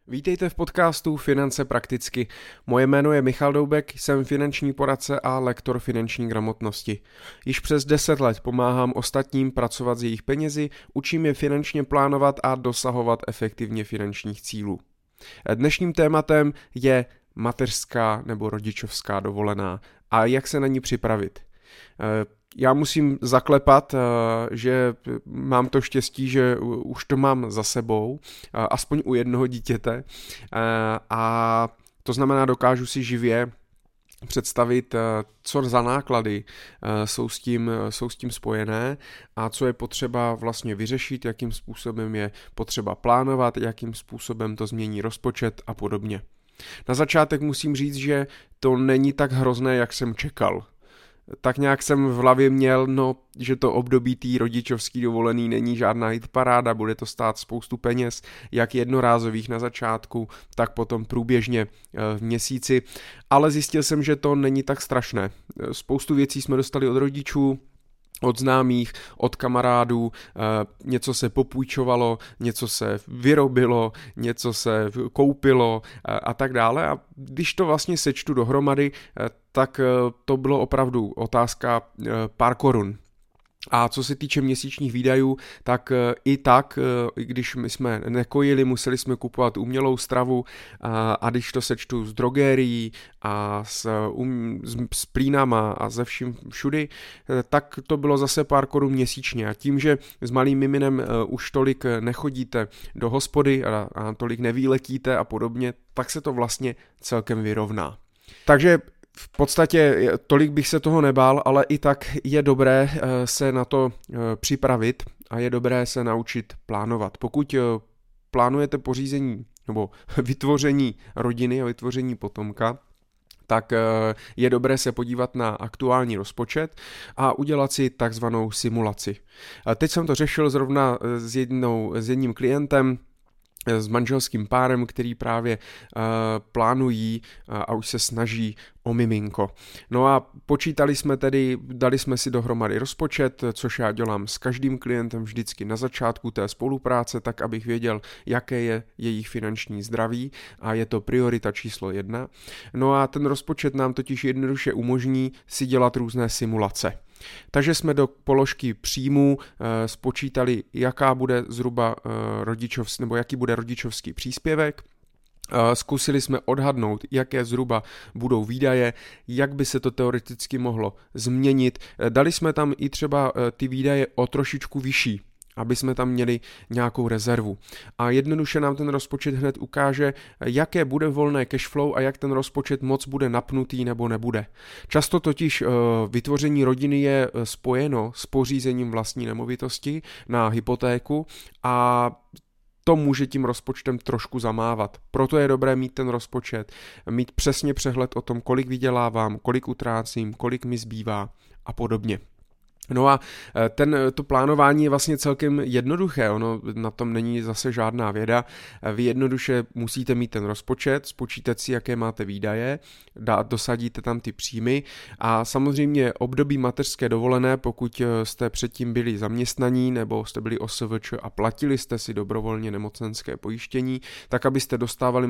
Vítejte v podcastu Finance prakticky. Moje jméno je Michal Doubek, jsem finanční poradce a lektor finanční gramotnosti. Již přes 10 let pomáhám ostatním pracovat s jejich penězi, učím je finančně plánovat a dosahovat efektivně finančních cílů. Dnešním tématem je mateřská nebo rodičovská dovolená a jak se na ní připravit. Já musím zaklepat, že mám to štěstí, že už to mám za sebou, aspoň u jednoho dítěte, a to znamená, dokážu si živě představit, co za náklady jsou s tím spojené a co je potřeba vlastně vyřešit, jakým způsobem je potřeba plánovat, jakým způsobem to změní rozpočet a podobně. Na začátek musím říct, že to není tak hrozné, jak jsem čekal. Tak nějak jsem v hlavě měl, že to období té rodičovský dovolený není žádná hitparáda, bude to stát spoustu peněz, jak jednorázových na začátku, tak potom průběžně v měsíci, ale zjistil jsem, že to není tak strašné. Spoustu věcí jsme dostali od rodičů, od známých, od kamarádů, něco se popůjčovalo, něco se vyrobilo, něco se koupilo a tak dále. A když to vlastně sečtu dohromady, tak to bylo opravdu otázka pár korun. A co se týče měsíčních výdajů, tak, i když my jsme nekojili, museli jsme kupovat umělou stravu a když to sečtu s drogérií a s plínama a ze vším všudy, tak to bylo zase pár korun měsíčně. A tím, že s malým miminem už tolik nechodíte do hospody a tolik nevýletíte a podobně, tak se to vlastně celkem vyrovná. Takže v podstatě tolik bych se toho nebál, ale i tak je dobré se na to připravit a je dobré se naučit plánovat. Pokud plánujete pořízení nebo vytvoření rodiny a vytvoření potomka, tak je dobré se podívat na aktuální rozpočet a udělat si takzvanou simulaci. Teď jsem to řešil zrovna s jedním klientem, s manželským párem, který právě plánují a už se snaží o miminko. No a počítali jsme tedy, dali jsme si dohromady rozpočet, což já dělám s každým klientem vždycky na začátku té spolupráce, tak abych věděl, jaké je jejich finanční zdraví a je to priorita číslo 1. No a ten rozpočet nám totiž jednoduše umožní si dělat různé simulace. Takže jsme do položky příjmů spočítali, jaká bude zhruba jaký bude rodičovský příspěvek. Zkusili jsme odhadnout, jaké zhruba budou výdaje, jak by se to teoreticky mohlo změnit. Dali jsme tam i třeba ty výdaje o trošičku vyšší, aby jsme tam měli nějakou rezervu. A jednoduše nám ten rozpočet hned ukáže, jaké bude volné cashflow a jak ten rozpočet moc bude napnutý nebo nebude. Často totiž vytvoření rodiny je spojeno s pořízením vlastní nemovitosti na hypotéku a to může tím rozpočtem trošku zamávat. Proto je dobré mít ten rozpočet, mít přesně přehled o tom, kolik vydělávám, kolik utrácím, kolik mi zbývá a podobně. No a to plánování je vlastně celkem jednoduché, ono na tom není zase žádná věda. Vy jednoduše musíte mít ten rozpočet, spočítat si, jaké máte výdaje, dosadíte tam ty příjmy a samozřejmě období mateřské dovolené, pokud jste předtím byli zaměstnaní nebo jste byli OSVČ a platili jste si dobrovolně nemocenské pojištění, tak abyste dostávali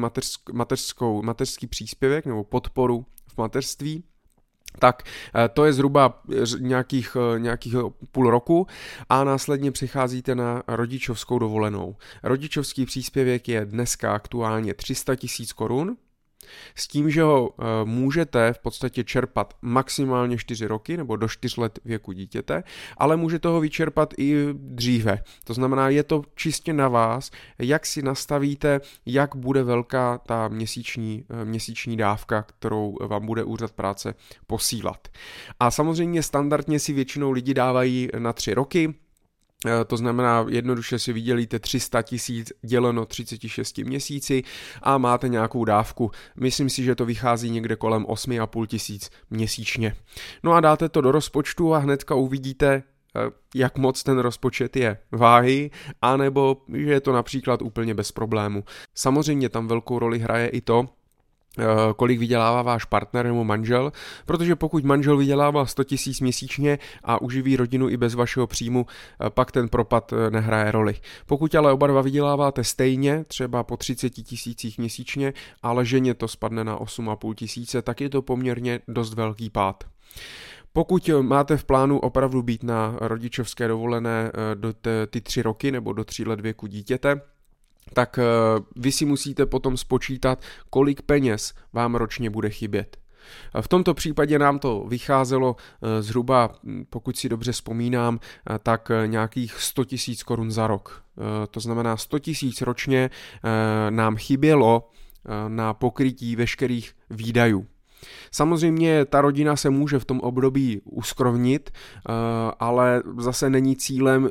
mateřský příspěvek nebo podporu v mateřství, tak to je zhruba nějakých půl roku a následně přicházíte na rodičovskou dovolenou. Rodičovský příspěvek je dneska aktuálně 300 000 korun, s tím, že ho můžete v podstatě čerpat maximálně 4 roky nebo do 4 let věku dítěte, ale můžete ho vyčerpat i dříve. To znamená, je to čistě na vás, jak si nastavíte, jak bude velká ta měsíční dávka, kterou vám bude úřad práce posílat. A samozřejmě standardně si většinou lidi dávají na 3 roky, to znamená, jednoduše si vydělíte 300 000 děleno 36 měsíci a máte nějakou dávku. Myslím si, že to vychází někde kolem 8 500 měsíčně. No a dáte to do rozpočtu a hnedka uvidíte, jak moc ten rozpočet je váhy, anebo že je to například úplně bez problému. Samozřejmě tam velkou roli hraje i to, kolik vydělává váš partner nebo manžel, protože pokud manžel vydělává 100 000 měsíčně a uživí rodinu i bez vašeho příjmu, pak ten propad nehraje roli. Pokud ale oba dva vyděláváte stejně, třeba po 30 000 měsíčně, ale ženě to spadne na 8 500, tak je to poměrně dost velký pád. Pokud máte v plánu opravdu být na rodičovské dovolené do ty 3 roky nebo do 3 let věku dítěte, tak vy si musíte potom spočítat, kolik peněz vám ročně bude chybět. V tomto případě nám to vycházelo zhruba, pokud si dobře vzpomínám, tak nějakých 100 000 korun za rok. To znamená 100 000 ročně nám chybělo na pokrytí veškerých výdajů. Samozřejmě ta rodina se může v tom období uskrovnit, ale zase není cílem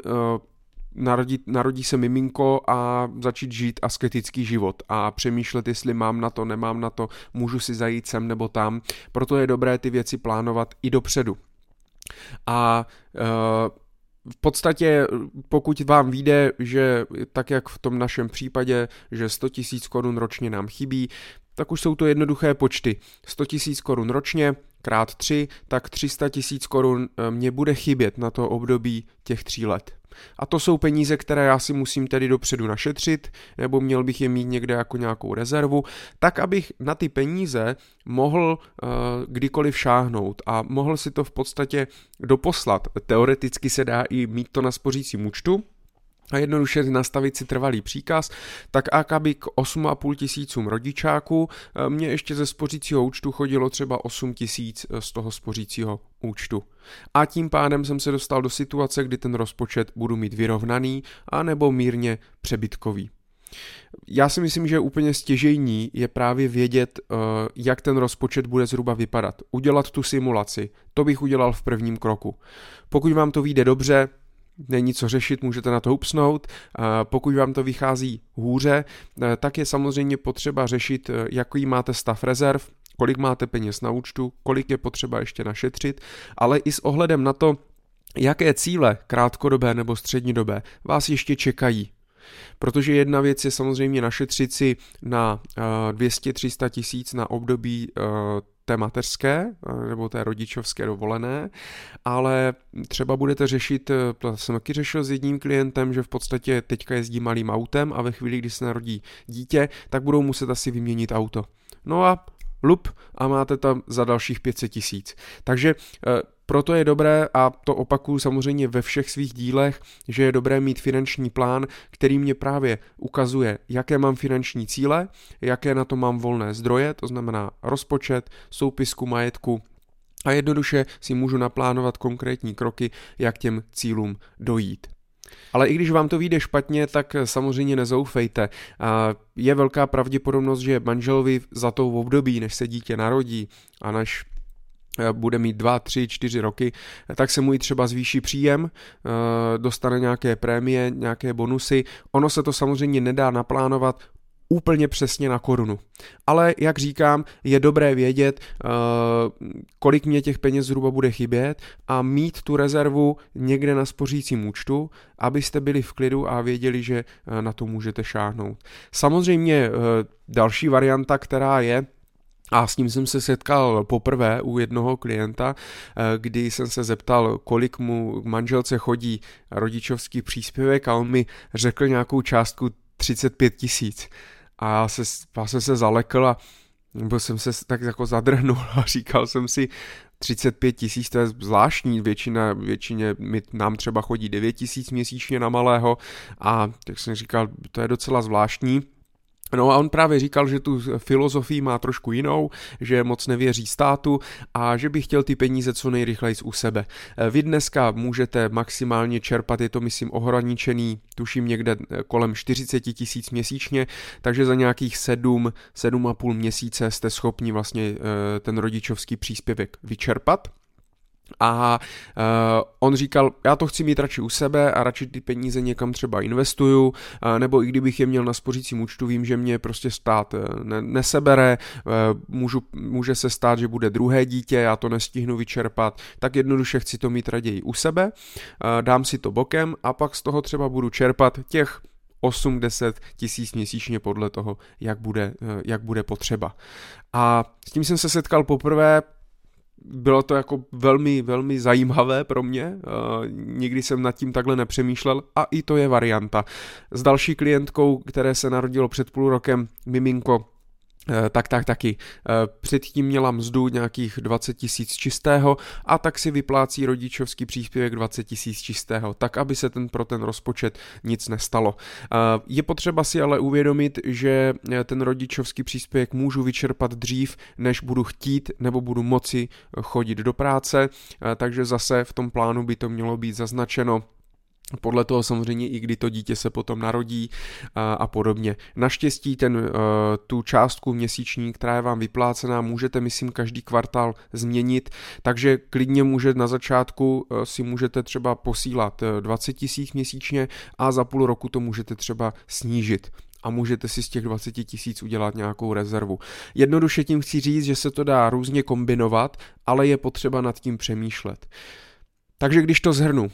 narodí se miminko a začít žít asketický život a přemýšlet, jestli mám na to, nemám na to, můžu si zajít sem nebo tam. Proto je dobré ty věci plánovat i dopředu. A v podstatě, pokud vám vyjde, že tak jak v tom našem případě, že 100 000 korun ročně nám chybí, tak už jsou to jednoduché počty. 100 000 korun ročně krát 3, tak 300 000 korun mě bude chybět na to období těch 3 let. A to jsou peníze, které já si musím tedy dopředu našetřit, nebo měl bych je mít někde jako nějakou rezervu, tak abych na ty peníze mohl kdykoliv šáhnout a mohl si to v podstatě doposlat. Teoreticky se dá i mít to na spořícím účtu, a jednoduše nastavit si trvalý příkaz, tak aby k 8 500 rodičáků mě ještě ze spořícího účtu chodilo třeba 8 000 z toho spořícího účtu. A tím pádem jsem se dostal do situace, kdy ten rozpočet budu mít vyrovnaný a nebo mírně přebytkový. Já si myslím, že úplně stěžejní je právě vědět, jak ten rozpočet bude zhruba vypadat. Udělat tu simulaci, to bych udělal v prvním kroku. Pokud vám to vyjde dobře, není co řešit, můžete na to upsnout. Pokud vám to vychází hůře, tak je samozřejmě potřeba řešit, jaký máte stav rezerv, kolik máte peněz na účtu, kolik je potřeba ještě našetřit, ale i s ohledem na to, jaké cíle krátkodobé nebo střednědobé vás ještě čekají. Protože jedna věc je samozřejmě našetřit si na 200-300 tisíc na období té mateřské nebo té rodičovské dovolené, ale třeba budete řešit, to jsem taky řešil s jedním klientem, že v podstatě teďka jezdí malým autem a ve chvíli, kdy se narodí dítě, tak budou muset asi vyměnit auto. No a lup a máte tam za dalších 500 tisíc. Takže proto je dobré, a to opakuju samozřejmě ve všech svých dílech, že je dobré mít finanční plán, který mě právě ukazuje, jaké mám finanční cíle, jaké na to mám volné zdroje, to znamená rozpočet, soupisku majetku, a jednoduše si můžu naplánovat konkrétní kroky, jak těm cílům dojít. Ale i když vám to vyjde špatně, tak samozřejmě nezoufejte. Je velká pravděpodobnost, že manželovi za tou období, než se dítě narodí a než bude mít 2, 3, 4 roky, tak se mu i třeba zvýší příjem, dostane nějaké prémie, nějaké bonusy. Ono se to samozřejmě nedá naplánovat úplně přesně na korunu. Ale jak říkám, je dobré vědět, kolik mě těch peněz zhruba bude chybět a mít tu rezervu někde na spořícím účtu, abyste byli v klidu a věděli, že na to můžete šáhnout. Samozřejmě další varianta, která je, a s tím jsem se setkal poprvé u jednoho klienta, kdy jsem se zeptal, kolik mu manželce chodí rodičovský příspěvek, a on mi řekl nějakou částku 35 tisíc. A já jsem se zalekl a jsem se tak jako zadrhnul a říkal jsem si, 35 tisíc, to je zvláštní, většině nám třeba chodí 9 tisíc měsíčně na malého, a tak jsem říkal, to je docela zvláštní. No a on právě říkal, že tu filozofii má trošku jinou, že moc nevěří státu a že by chtěl ty peníze co nejrychleji u sebe. Vy dneska můžete maximálně čerpat, je to myslím ohraničený, tuším někde kolem 40 tisíc měsíčně, takže za nějakých 7,5 měsíce jste schopni vlastně ten rodičovský příspěvek vyčerpat. A on říkal, já to chci mít radši u sebe a radši ty peníze někam třeba investuju, nebo i kdybych je měl na spořícím účtu, vím, že mě prostě stát nesebere, může se stát, že bude druhé dítě, já to nestihnu vyčerpat, tak jednoduše chci to mít raději u sebe, dám si to bokem a pak z toho třeba budu čerpat těch 8-10 tisíc měsíčně podle toho, jak bude potřeba. A s tím jsem se setkal poprvé. Bylo to jako velmi, velmi zajímavé pro mě, nikdy jsem nad tím takhle nepřemýšlel a i to je varianta. S další klientkou, které se narodilo před půl rokem miminko, taky. Předtím měla mzdu nějakých 20 tisíc čistého a tak si vyplácí rodičovský příspěvek 20 tisíc čistého, tak aby se pro ten rozpočet nic nestalo. Je potřeba si ale uvědomit, že ten rodičovský příspěvek můžu vyčerpat dřív, než budu chtít nebo budu moci chodit do práce, takže zase v tom plánu by to mělo být zaznačeno. Podle toho samozřejmě i kdy to dítě se potom narodí a podobně. Naštěstí tu částku měsíční, která je vám vyplácená, můžete, myslím, každý kvartál změnit, takže klidně na začátku si můžete třeba posílat 20 tisíc měsíčně a za půl roku to můžete třeba snížit. A můžete si z těch 20 tisíc udělat nějakou rezervu. Jednoduše tím chci říct, že se to dá různě kombinovat, ale je potřeba nad tím přemýšlet. Takže když to shrnu,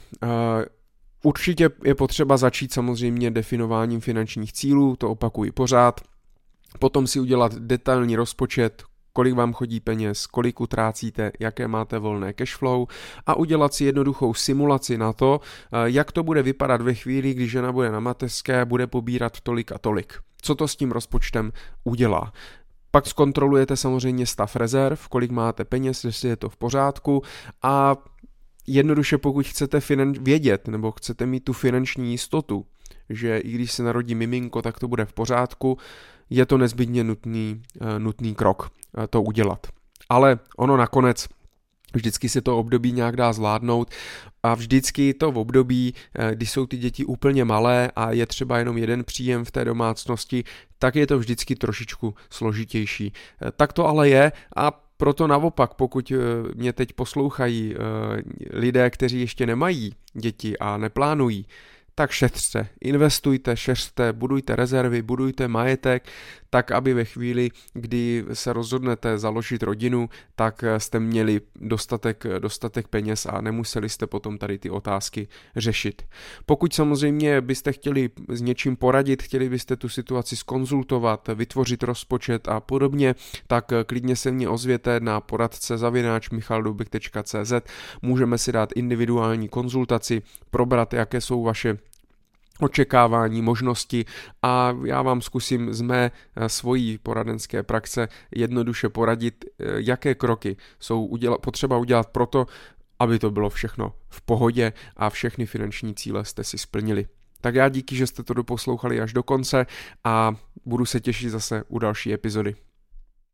určitě je potřeba začít samozřejmě definováním finančních cílů, to opakuji pořád, potom si udělat detailní rozpočet, kolik vám chodí peněz, kolik utrácíte, jaké máte volné cashflow a udělat si jednoduchou simulaci na to, jak to bude vypadat ve chvíli, když žena bude na mateřské, bude pobírat tolik a tolik. Co to s tím rozpočtem udělá? Pak zkontrolujete samozřejmě stav rezerv, kolik máte peněz, jestli je to v pořádku a jednoduše pokud chcete vědět nebo chcete mít tu finanční jistotu, že i když se narodí miminko, tak to bude v pořádku, je to nezbytně nutný krok to udělat. Ale ono nakonec vždycky se to období nějak dá zvládnout a vždycky to v období, když jsou ty děti úplně malé a je třeba jenom jeden příjem v té domácnosti, tak je to vždycky trošičku složitější. Tak to ale je a proto naopak, pokud mě teď poslouchají lidé, kteří ještě nemají děti a neplánují, tak šetřte, investujte, šetřte, budujte rezervy, budujte majetek, tak aby ve chvíli, kdy se rozhodnete založit rodinu, tak jste měli dostatek peněz a nemuseli jste potom tady ty otázky řešit. Pokud samozřejmě byste chtěli s něčím poradit, chtěli byste tu situaci zkonzultovat, vytvořit rozpočet a podobně, tak klidně se mě ozvěte na poradce@michaldoubek.cz. Můžeme si dát individuální konzultaci, probrat, jaké jsou vaše očekávání, možnosti a já vám zkusím z mé svojí poradenské praxe jednoduše poradit, jaké kroky jsou potřeba udělat proto, aby to bylo všechno v pohodě a všechny finanční cíle jste si splnili. Tak já díky, že jste to doposlouchali až do konce a budu se těšit zase u další epizody.